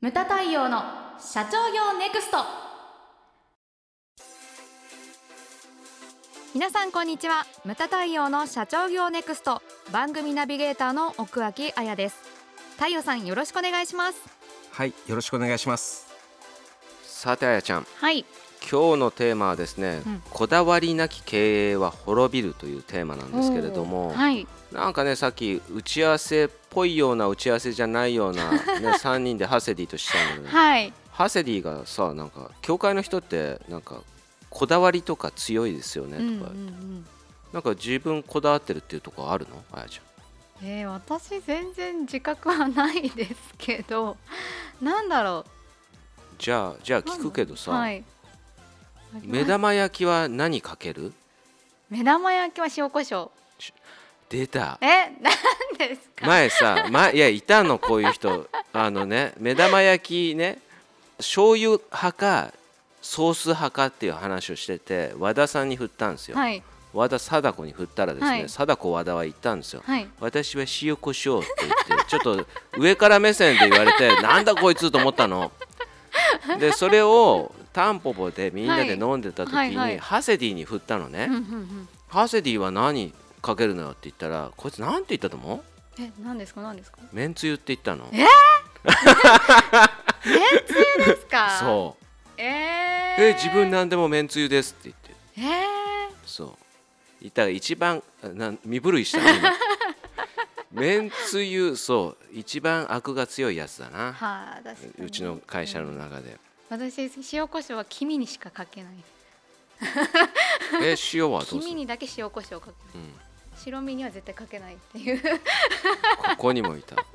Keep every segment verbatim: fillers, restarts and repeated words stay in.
ムタ太陽の社長業ネクスト。皆さんこんにちは。ムタ太陽の社長業ネクスト番組ナビゲーターの奥脇彩です。太陽さん、よろしくお願いします。 はい、よろしくお願いします。さて、あやちゃん、 はい、 今日のテーマはですね、うん、こだわりなき経営は滅びるというテーマなんですけれども、はい、なんかね、さっき打ち合わせっぽいような打ち合わせじゃないような、ね、さんにんでハセディとしたんだけど、はい、ハセディがさ、なんか教会の人ってなんかこだわりとか強いですよねとか、うんうんうん、なんか自分こだわってるっていうところあるの？あやちゃん。 えー、私全然自覚はないですけど、なんだろう。 じゃあじゃあ聞くけどさ、はい、目玉焼きは何かける？ 目玉焼きは塩コショウ。 出た。 え、なんですか？ 前さ、ま、いやいたのこういう人あのね、目玉焼きね、醤油派かソース派かっていう話をしてて、和田さんに振ったんですよ、はい、和田貞子に振ったらですね、はい、貞子和田は言ったんですよ、はい、私は塩コショウって言ってちょっと上から目線で言われてなんだこいつと思ったので、それをタンポポでみんなで飲んでた時に、はいはいはい、ハセディに振ったのねハセディは何かけるのよって言ったら、こいつなんて言ったと思う？ え、何ですか何ですか？ めんつゆって言ったの。 えー、めんつゆですか？ そう、 えー、 え自分何でもめんつゆですって言って、 えー、 そう言ったら一番な身震いしたねめんつゆ、そう一番アクが強いやつだな、はあ、確かにうちの会社の中で。 私塩コショウは黄身にしかかけないえ塩はどうする？ 黄身にだけ塩コショウかけない、うん、白身には絶対かけないっていうここにもいた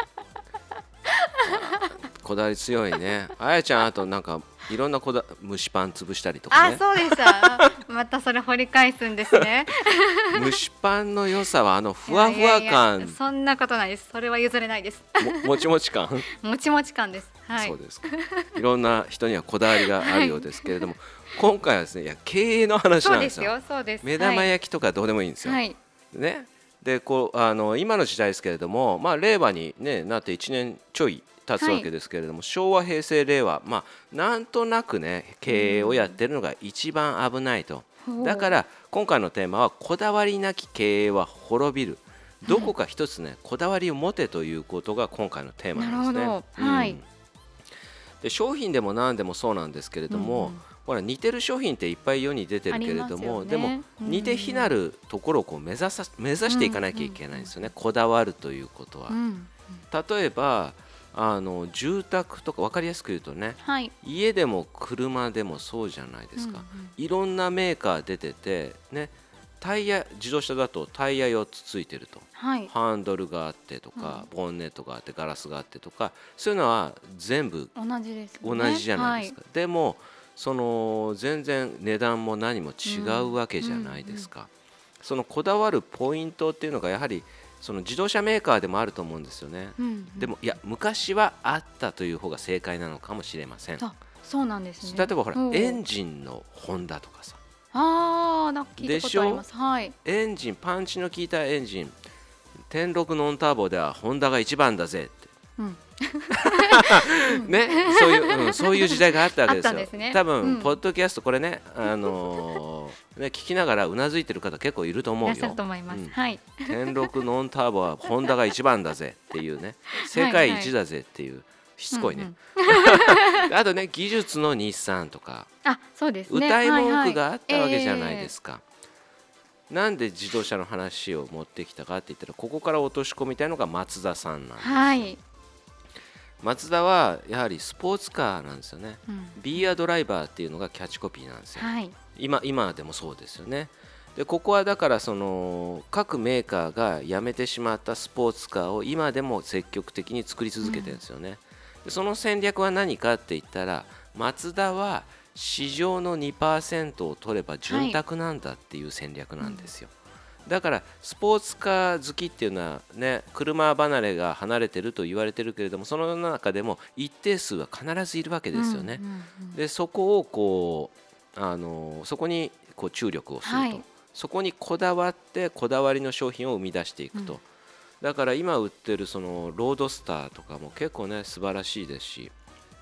こだわり強いね、あやちゃん。あとなんかいろんなこだ蒸しパン潰したりとかね。 あ、そうでしたまたそれ掘り返すんですね蒸しパンの良さはあのふわふわ感。いやいやいや、 そんなことないです。それは譲れないですも, もちもち感もちもち感です、はい、 そうですか。いろんな人にはこだわりがあるようですけれども、はい、今回はですね、いや経営の話なんですよ。 そうですよ、そうです。 目玉焼きとかどうでもいいんですよ、はい、ね。でこうあの今の時代ですけれども、まあ、令和に、ね、なっていちねんちょい経つわけですけれども、はい、昭和平成令和、まあ、なんとなくね経営をやってるのが一番危ないと。だから今回のテーマはこだわりなき経営は滅びる。どこか一つね、こだわりを持てということが今回のテーマなんですね。なるほど、はい、うん、で商品でも何でもそうなんですけれども、うん、ほら似てる商品っていっぱい世に出てるけれども、ね、でも似て非なるところをこう目指さ目指していかなきゃいけないんですよね、うんうん、こだわるということは、うん、例えばあの住宅とか分かりやすく言うとね、はい、家でも車でもそうじゃないですか、うんうん、いろんなメーカー出てて、ね、タイヤ自動車だとタイヤよっつついてると、はい、ハンドルがあってとか、うん、ボンネットがあってガラスがあってとか、そういうのは全部同じですね、 同じじゃないですか、はい、でもその全然値段も何も違うわけじゃないですか、うんうんうん、そのこだわるポイントっていうのがやはりその自動車メーカーでもあると思うんですよね、うんうん、でもいや昔はあったという方が正解なのかもしれません。 あ、そうなんですね。 例えばほらエンジンのホンダとかさ、 あー、なんか聞いたことあります、はい、 エンジンパンチの効いたエンジン天ろくノンターボではホンダが一番だぜって、うんね、そういう、うん、そういう時代があったわけですよ。ですね、多分、うん、ポッドキャストこれね、あのー、ね聞きながらうなずいてる方結構いると思うよ。いらっしゃると思います、うん、はい、天ろくノンターボはホンダが一番だぜっていうね世界一だぜっていう、はいはい、しつこいね、うんうん、あとね技術の日産とか、 あ、そうですね、 歌い文句があったわけじゃないですか、はいはい、えー、なんで自動車の話を持ってきたかって言ったら、ここから落とし込みたいのが松田さんなんですよ、はい、松田はやはりスポーツカーなんですよね、うん、Be a Driver っていうのがキャッチコピーなんですよ、はい、今, 今でもそうですよね。でここはだからその各メーカーがやめてしまったスポーツカーを今でも積極的に作り続けてるんですよね、うん、でその戦略は何かって言ったら、マツダは市場の にパーセント を取れば潤沢なんだっていう戦略なんですよ、はい、だからスポーツカー好きっていうのはね、車離れが離れてると言われてるけれども、その中でも一定数は必ずいるわけですよね、うんうんうん、でそこをこうあのそこにこう注力をすると、はい、そこにこだわってこだわりの商品を生み出していくと、うん、だから今売ってるそのロードスターとかも結構ね素晴らしいですし、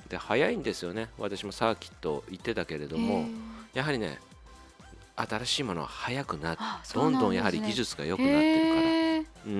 で早いんですよね。私もサーキット行ってたけれども、やはりね新しいものは早くなって、どんどんやはり技術が良くなってるから、うん、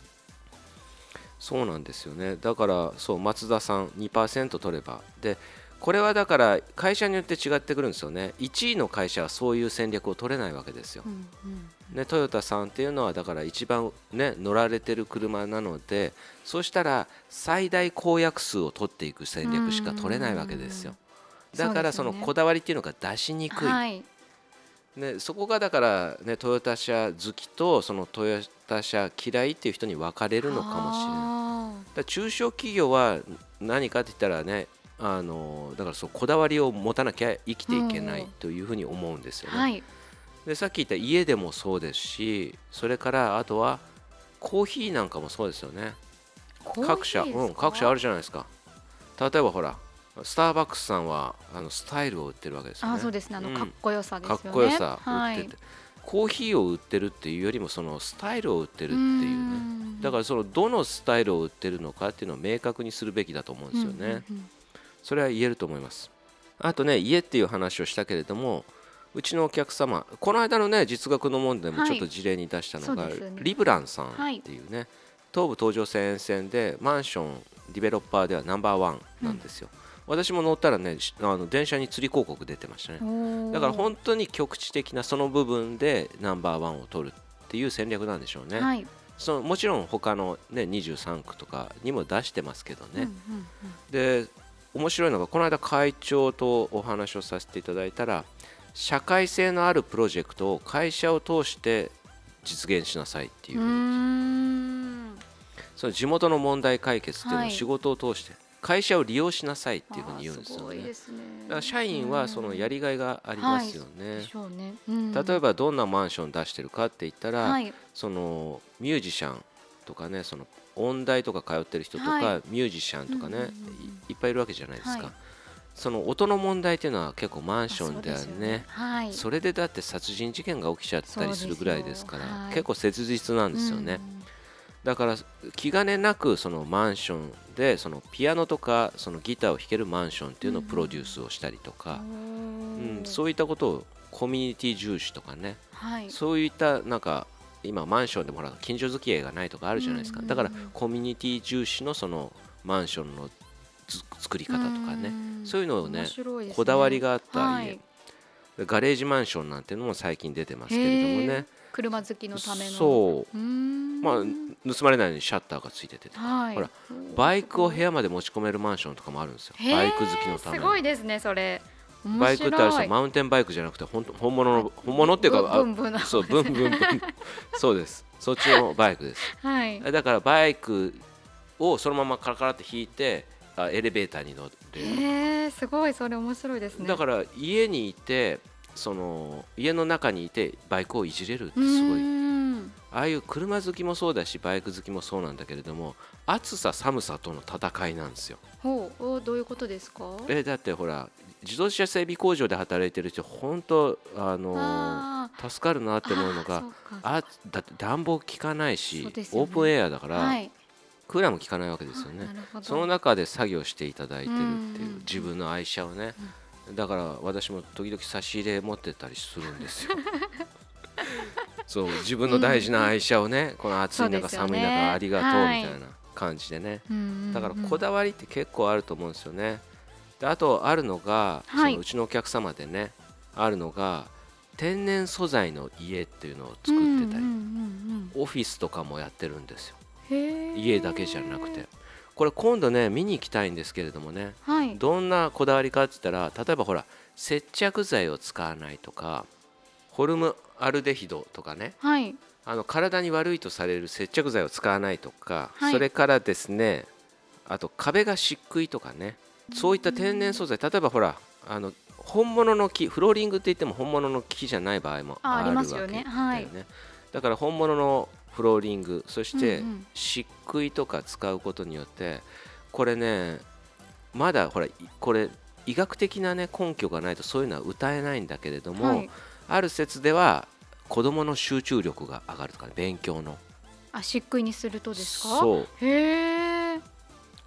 そうなんですよね。だからそう松田さん にパーセント 取ればで、これはだから会社によって違ってくるんですよね。いちいの会社はそういう戦略を取れないわけですよ、うんうん、ね、トヨタさんっていうのはだから一番、ね、乗られてる車なので、そうしたら最大公約数を取っていく戦略しか取れないわけですよ。だからそのこだわりっていうのが出しにくい、はい、ね、そこがだから、ね、トヨタ車好きとそのトヨタ車嫌いっていう人に分かれるのかもしれない。だ中小企業は何かって言ったらね、あのだからそうこだわりを持たなきゃ生きていけないというふうに思うんですよね、はい、でさっき言った家でもそうですし、それからあとはコーヒーなんかもそうですよね。各社、うん、各社あるじゃないですか。例えばほらスターバックスさんはあのスタイルを売ってるわけですよね。 あ、そうですね、あの、うん、かっこよさですよね。 かっこよさ売ってて、はい、コーヒーを売ってるっていうよりもそのスタイルを売ってるっていうね。だからそのどのスタイルを売ってるのかっていうのを明確にするべきだと思うんですよね、うんうんうん、それは言えると思います。あとね、家っていう話をしたけれども、うちのお客様、この間のね実学の問題もちょっと事例に出したのが、はい、ね、リブランさんっていうね、はい、東武東上線沿線でマンションディベロッパーではナンバーワンなんですよ、うん、私も乗ったらね、あの電車に釣り広告出てましたね。だから本当に局地的なその部分でナンバーワンを取るっていう戦略なんでしょうね、はい、そのもちろん他の、ね、にじゅうさんくとかにも出してますけどね、うんうんうん、で面白いのがこの間会長とお話をさせていただいたら、社会性のあるプロジェクトを会社を通して実現しなさいっていうふうに、うーん、その地元の問題解決っていうのを仕事を通して会社を利用しなさいっていうふうに言うんですよね。すごいですね。だから社員はそのやりがいがありますよね、はい、でしょうね、うん、例えばどんなマンション出してるかって言ったら、はい、そのミュージシャンとかね、その音大とか通ってる人とか、はい、ミュージシャンとかね、うんうんうん、いっぱいいるわけじゃないですか、はい、その音の問題っていうのは結構マンションでは ね, そ, ね、はい、それでだって殺人事件が起きちゃったりするぐらいですから、はい、結構切実なんですよね、うん、だから気兼ねなくそのマンションでそのピアノとかそのギターを弾けるマンションっていうのをプロデュースをしたりとか、うんうん、そういったことをコミュニティ重視とかね、はい、そういったなんか今マンションでもほら近所付き合いがないとかあるじゃないですか、うんうん、だからコミュニティ重視のそのマンションの作り方とかね、そういうのを ね, ねこだわりがあった家、はい、ガレージマンションなんていうのも最近出てますけれどもね、 車好きのための、 そう、うーん、まあ、盗まれないようにシャッターがついててとか、はい、ほらバイクを部屋まで持ち込めるマンションとかもあるんですよ。バイク好きのための。 すごいですねそれ。 バイクってあれですよ、マウンテンバイクじゃなくて本本物の、はい、本物っていうかブンブンブンそうブンブンブンそうです、そっちのバイクです、はい、だからバイクをそのままカラカラって引いてエレベーターに乗れる。 へー、すごい、それ面白いですね。 だから家にいてその家の中にいてバイクをいじれるってすごい。ああいう車好きもそうだしバイク好きもそうなんだけれども、暑さ寒さとの戦いなんですよ。 ほう、どういうことですか？ えだってほら自動車整備工場で働いてる人本当あのー、助かるなって思うのが、あだって暖房効かないし、ね、オープンエアだから、はい、クーラーも効かないわけですよね。その中で作業していただいてるっていう自分の愛車をね、うん、だから私も時々差し入れ持ってたりするんですよそう自分の大事な愛車をね、うん、この暑い中、寒い中ありがとうみたいな感じでね、はい、だからこだわりって結構あると思うんですよね。であとあるのが、はい、そのうちのお客様でねあるのが天然素材の家っていうのを作ってたり、オフィスとかもやってるんですよ。家だけじゃなくて、これ今度ね見に行きたいんですけれどもね、はい、どんなこだわりかって言ったら、例えばほら接着剤を使わないとか、ホルムアルデヒドとかね、はい、あの体に悪いとされる接着剤を使わないとか、はい、それからですね、あと壁が漆喰とかね、そういった天然素材、例えばほらあの本物の木、フローリングって言っても本物の木じゃない場合もあるわけだよね。はい、だから本物のフローリング、そして漆喰とか使うことによって、うんうん、これねまだほらこれ医学的な、ね、根拠がないとそういうのは歌えないんだけれども、はい、ある説では子どもの集中力が上がるとか、ね、勉強の。 あ、漆喰にするとですか？ そう、 へー、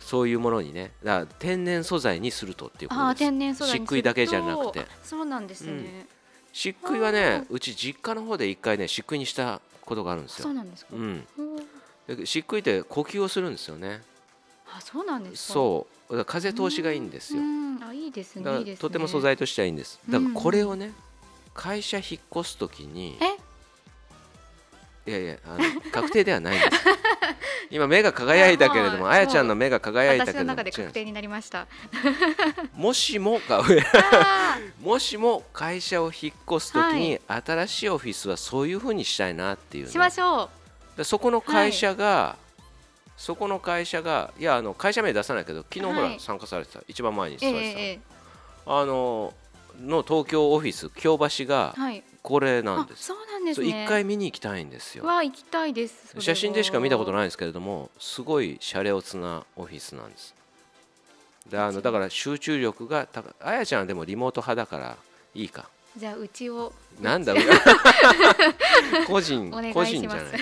そういうものにね、だから天然素材にするとっていうことです。 あ、天然素材にすると。 漆喰だけじゃなくて。 そうなんですね、うん、 漆喰はね、うち実家の方で一回ね漆喰にしたことがあるんですよ。 そうなんですか、うん、 で漆喰って呼吸をするんですよね。 あ、そうなんですか。 そうだから風通しがいいんですよ。 あ、いいですね、 だからとても素材としてはいいんです。だからこれをね、会社引っ越すときに、いやいや、あの確定ではないんです今目が輝いたけれども、あやちゃんの目が輝いたけれども、 私の中で確定になりましたもしもがもしも会社を引っ越すときに、はい、新しいオフィスはそういうふうにしたいなっていう、ね、 しましょう。 でそこの会社が、はい、そこの会社がいやあの会社名出さないけど、昨日ほら、はい、参加されてた一番前に座ってた、えー、あのの東京オフィス京橋がこれなんです。 そうなんですね。 一回見に行きたいんですよ。 わ、行きたいです。 写真でしか見たことないんですけれども、すごいシャレオツなオフィスなんです。で、あのだから集中力が高い。あやちゃんはでもリモート派だからいいか。 じゃあうちをなんだ個人個人じゃない、うん、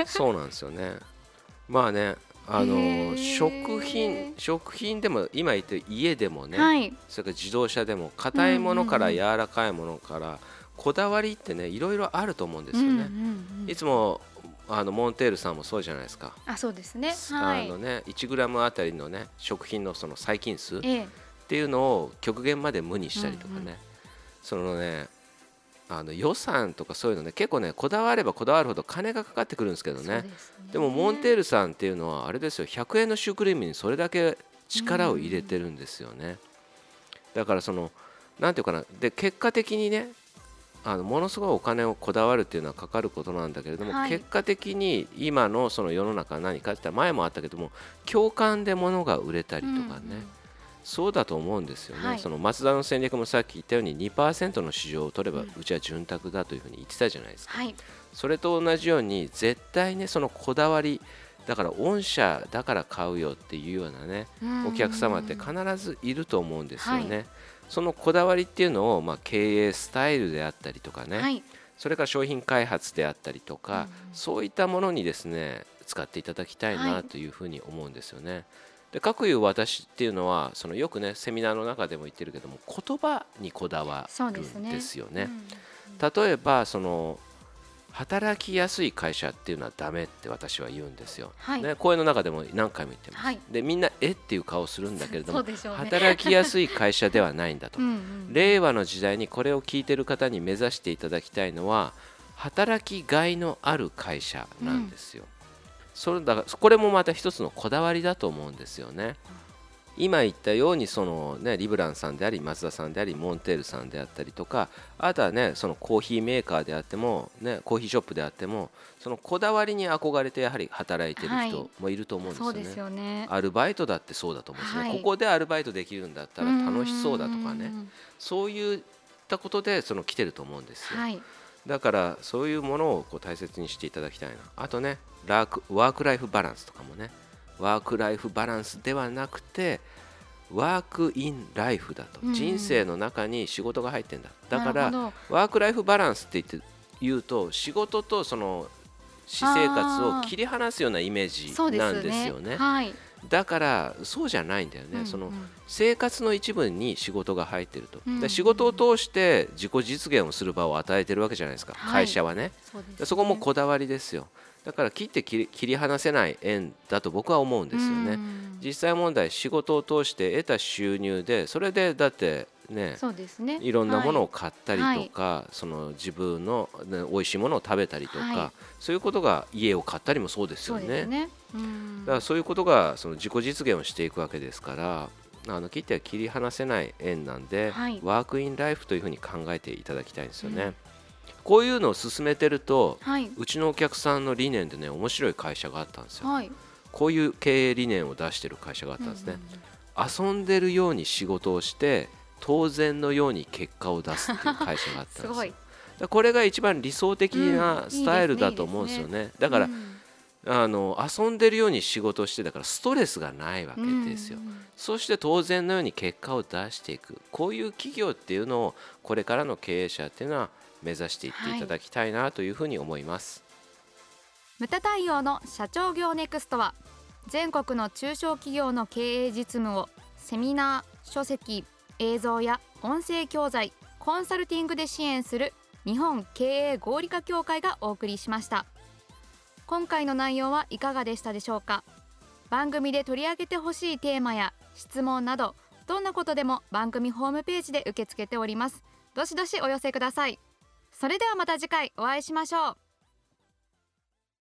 そうなんですよね。まあね、あの食品食品でも今言って家でもね、はい、それから自動車でも硬いものから柔らかいものからこだわりってね、いろいろあると思うんですよね、うんうんうん、いつもあのモンテールさんもそうじゃないですか。 あ、そうですね、 はい、あのねいちグラム あたりのね食品のその細菌数っていうのを極限まで無にしたりとかね、うんうん、そのねあの予算とかそういうのね、結構ねこだわればこだわるほど金がかかってくるんですけど ね, で, ねでもモンテールさんっていうのはあれですよ、ひゃくえんのシュークリームにそれだけ力を入れてるんですよね、うん、だからそのなんていうかな、で結果的にね、あのものすごいお金をこだわるっていうのはかかることなんだけれども、はい、結果的に今のその世の中は何かって言ったら前もあったけども、共感で物が売れたりとかね、うんうん、そうだと思うんですよね、はい、そのマツダの戦略もさっき言ったように にパーセント の市場を取ればうちは潤沢だというふうに言ってたじゃないですか、はい、それと同じように絶対ねそのこだわりだから、御社だから買うよっていうようなねお客様って必ずいると思うんですよね、はい、そのこだわりっていうのを、まあ、経営スタイルであったりとかね、はい、それから商品開発であったりとか、そういったものにですね使っていただきたいなというふうに思うんですよね、はい、でかくいう私っていうのはそのよくねセミナーの中でも言ってるけども、言葉にこだわるんですよね。例えばその働きやすい会社っていうのはダメって私は言うんですよ、はい、ね、講演の中でも何回も言ってます、はい、でみんなえっていう顔をするんだけれども、ね、働きやすい会社ではないんだとうん、うん、令和の時代にこれを聞いてる方に目指していただきたいのは働きがいのある会社なんですよ、うん、それだからこれもまた一つのこだわりだと思うんですよね。今言ったようにその、ね、リブランさんでありマツダさんでありモンテールさんであったりとか、あとはねそのコーヒーメーカーであっても、ね、コーヒーショップであっても、そのこだわりに憧れてやはり働いてる人もいると思うんですよね、はい、そうですよね。アルバイトだってそうだと思うんですね、はい、ここでアルバイトできるんだったら楽しそうだとかね、そういったことでその来てると思うんですよ、はい、だからそういうものをこう大切にしていただきたいな。あとねラークワークライフバランスとかもね、ワークライフバランスではなくてワークインライフだと、うん、人生の中に仕事が入ってんだ。だからワークライフバランスって言って言うと仕事とその私生活を切り離すようなイメージなんですよね。ね、はい、だからそうじゃないんだよね、うんうん、その生活の一部に仕事が入ってると、うんうん、仕事を通して自己実現をする場を与えてるわけじゃないですか、はい、会社はね。 そうですね。そこもこだわりですよ。だから切って切り、切り離せない縁だと僕は思うんですよね。実際問題仕事を通して得た収入で、それでだってね、そうですね、いろんなものを買ったりとか、はい、その自分の、ね、美味しいものを食べたりとか、はい、そういうことが家を買ったりもそうですよね。そうですね。うん、だからそういうことがその自己実現をしていくわけですから、あの切っては切り離せない縁なんで、はい、ワークインライフというふうに考えていただきたいんですよね。うん、こういうのを進めてると、はい、うちのお客さんの理念でね面白い会社があったんですよ、はい、こういう経営理念を出してる会社があったんですね、うんうん、遊んでるように仕事をして当然のように結果を出すっていう会社があったんですよすごい。だこれが一番理想的なスタイルだと思うんですよね、うん、いいですね、いいですね。だから、うん、あの遊んでるように仕事をしてだからストレスがないわけですよ、うん、そして当然のように結果を出していく、こういう企業っていうのをこれからの経営者っていうのは目指していっていただきたいなというふうに思います、 はい、ムタ太陽の社長業ネクストは全国の中小企業の経営実務をセミナー、書籍、映像や音声教材、コンサルティングで支援する日本経営合理化協会がお送りしました。今回の内容はいかがでしたでしょうか。番組で取り上げてほしいテーマや質問など、どんなことでも番組ホームページで受け付けております。どしどしお寄せください。それではまた次回お会いしましょう。